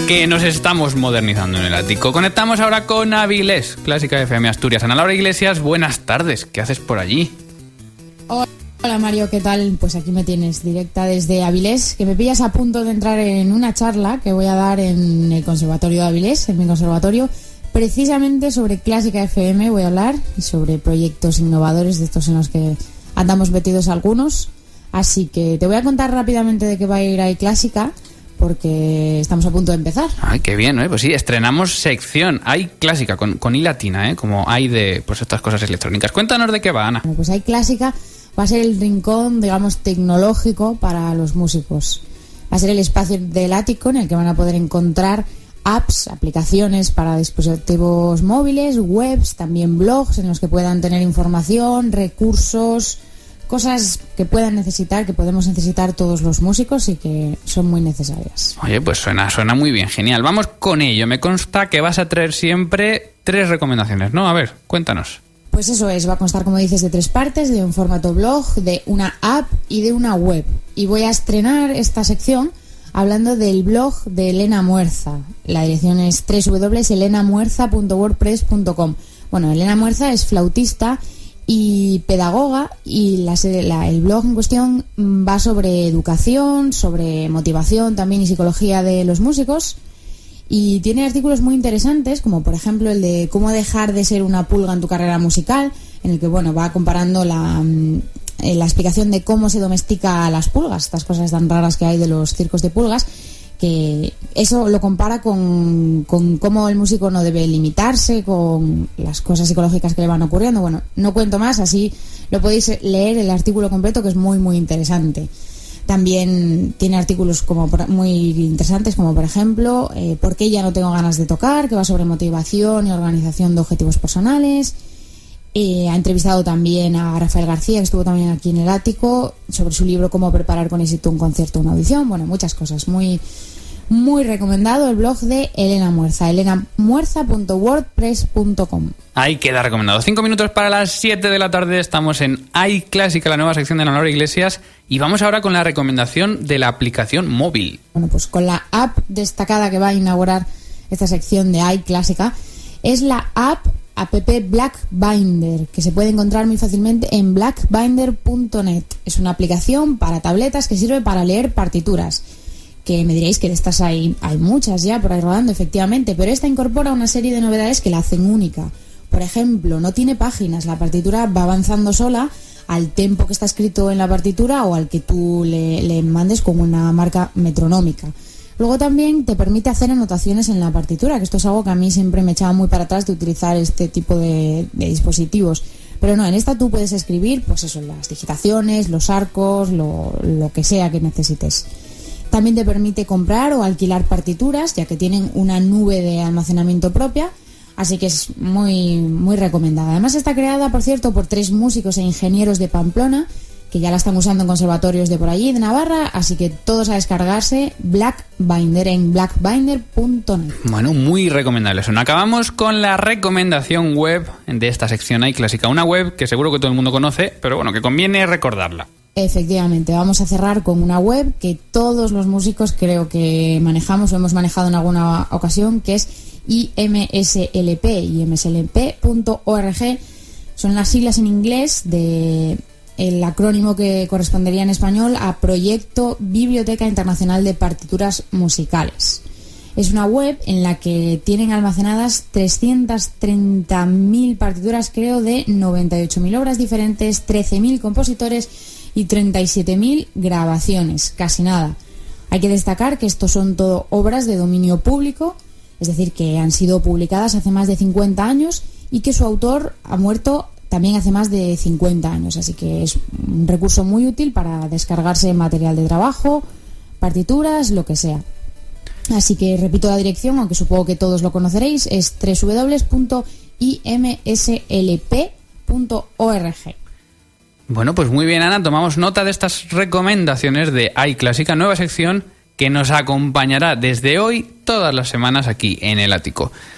que nos estamos modernizando en el ático. Conectamos ahora con Avilés, Clásica FM Asturias. Ana Laura Iglesias, buenas tardes. ¿Qué haces por allí? Hola Mario, ¿qué tal? Pues aquí me tienes, directa desde Avilés, que me pillas a punto de entrar en una charla que voy a dar en el Conservatorio de Avilés, en mi conservatorio, precisamente sobre Clásica FM voy a hablar y sobre proyectos innovadores de estos en los que andamos metidos algunos. Así que te voy a contar rápidamente de qué va a ir ahí Clásica, porque estamos a punto de empezar. Ay, qué bien, ¿eh? Pues sí, estrenamos sección. Hay Clásica, con I latina, ¿eh? Como hay de pues estas cosas electrónicas. Cuéntanos de qué va, Ana. Bueno, pues hay Clásica, va a ser el rincón, digamos, tecnológico para los músicos. Va a ser el espacio del ático en el que van a poder encontrar apps, aplicaciones para dispositivos móviles, webs, también blogs en los que puedan tener información, recursos, cosas que puedan necesitar, que podemos necesitar todos los músicos y que son muy necesarias. Oye, pues suena muy bien, genial. Vamos con ello. Me consta que vas a traer siempre 3 recomendaciones, ¿no? A ver, cuéntanos. Pues eso es, va a constar, como dices, de 3 partes, de un formato blog, de una app y de una web. Y voy a estrenar esta sección hablando del blog de Elena Muerza. La dirección es www.elenamuerza.wordpress.com. Bueno, Elena Muerza es flautista y pedagoga, y el blog en cuestión va sobre educación, sobre motivación también y psicología de los músicos, y tiene artículos muy interesantes, como por ejemplo el de cómo dejar de ser una pulga en tu carrera musical, en el que va comparando la explicación de cómo se domestica a las pulgas, estas cosas tan raras que hay de los circos de pulgas, que eso lo compara con cómo el músico no debe limitarse, con las cosas psicológicas que le van ocurriendo. Bueno, no cuento más, así lo podéis leer el artículo completo, que es muy muy interesante. También tiene artículos muy interesantes, como por ejemplo ¿por qué ya no tengo ganas de tocar?, que va sobre motivación y organización de objetivos personales. Ha entrevistado también a Rafael García, que estuvo también aquí en el ático, sobre su libro Cómo preparar con éxito un concierto o una audición. Bueno, muchas cosas. Muy, muy recomendado el blog de Elena Muerza, elenamuerza.wordpress.com. Ahí queda recomendado. 5 minutos para las 7 de la tarde. Estamos en iClásica, la nueva sección de Ana Laura Iglesias. Y vamos ahora con la recomendación de la aplicación móvil. Bueno, pues con la app destacada que va a inaugurar esta sección de iClásica, es la app Blackbinder, que se puede encontrar muy fácilmente en blackbinder.net. Es una aplicación para tabletas que sirve para leer partituras, que me diréis que de estas hay muchas ya por ahí rodando, efectivamente, pero esta incorpora una serie de novedades que la hacen única. Por ejemplo, no tiene páginas, la partitura va avanzando sola al tempo que está escrito en la partitura o al que tú le mandes con una marca metronómica. Luego también te permite hacer anotaciones en la partitura, que esto es algo que a mí siempre me echaba muy para atrás de utilizar este tipo de dispositivos. Pero no, en esta tú puedes escribir, pues eso, las digitaciones, los arcos, lo que sea que necesites. También te permite comprar o alquilar partituras, ya que tienen una nube de almacenamiento propia, así que es muy, muy recomendada. Además está creada, por cierto, por 3 músicos e ingenieros de Pamplona, que ya la están usando en conservatorios de por allí, de Navarra, así que todos a descargarse Blackbinder en blackbinder.net. Bueno, muy recomendable eso. Acabamos con la recomendación web de esta sección iClásica, una web que seguro que todo el mundo conoce, pero bueno, que conviene recordarla. Efectivamente, vamos a cerrar con una web que todos los músicos creo que manejamos o hemos manejado en alguna ocasión, que es IMSLP, imslp.org. Son las siglas en inglés de el acrónimo que correspondería en español a Proyecto Biblioteca Internacional de Partituras Musicales. Es una web en la que tienen almacenadas 330.000 partituras, creo, de 98.000 obras diferentes, 13.000 compositores y 37.000 grabaciones, casi nada. Hay que destacar que estos son todo obras de dominio público, es decir, que han sido publicadas hace más de 50 años y que su autor ha muerto también hace más de 50 años, así que es un recurso muy útil para descargarse material de trabajo, partituras, lo que sea. Así que repito la dirección, aunque supongo que todos lo conoceréis, es www.imslp.org. Bueno, pues muy bien, Ana, tomamos nota de estas recomendaciones de iClásica, nueva sección que nos acompañará desde hoy todas las semanas aquí en el ático.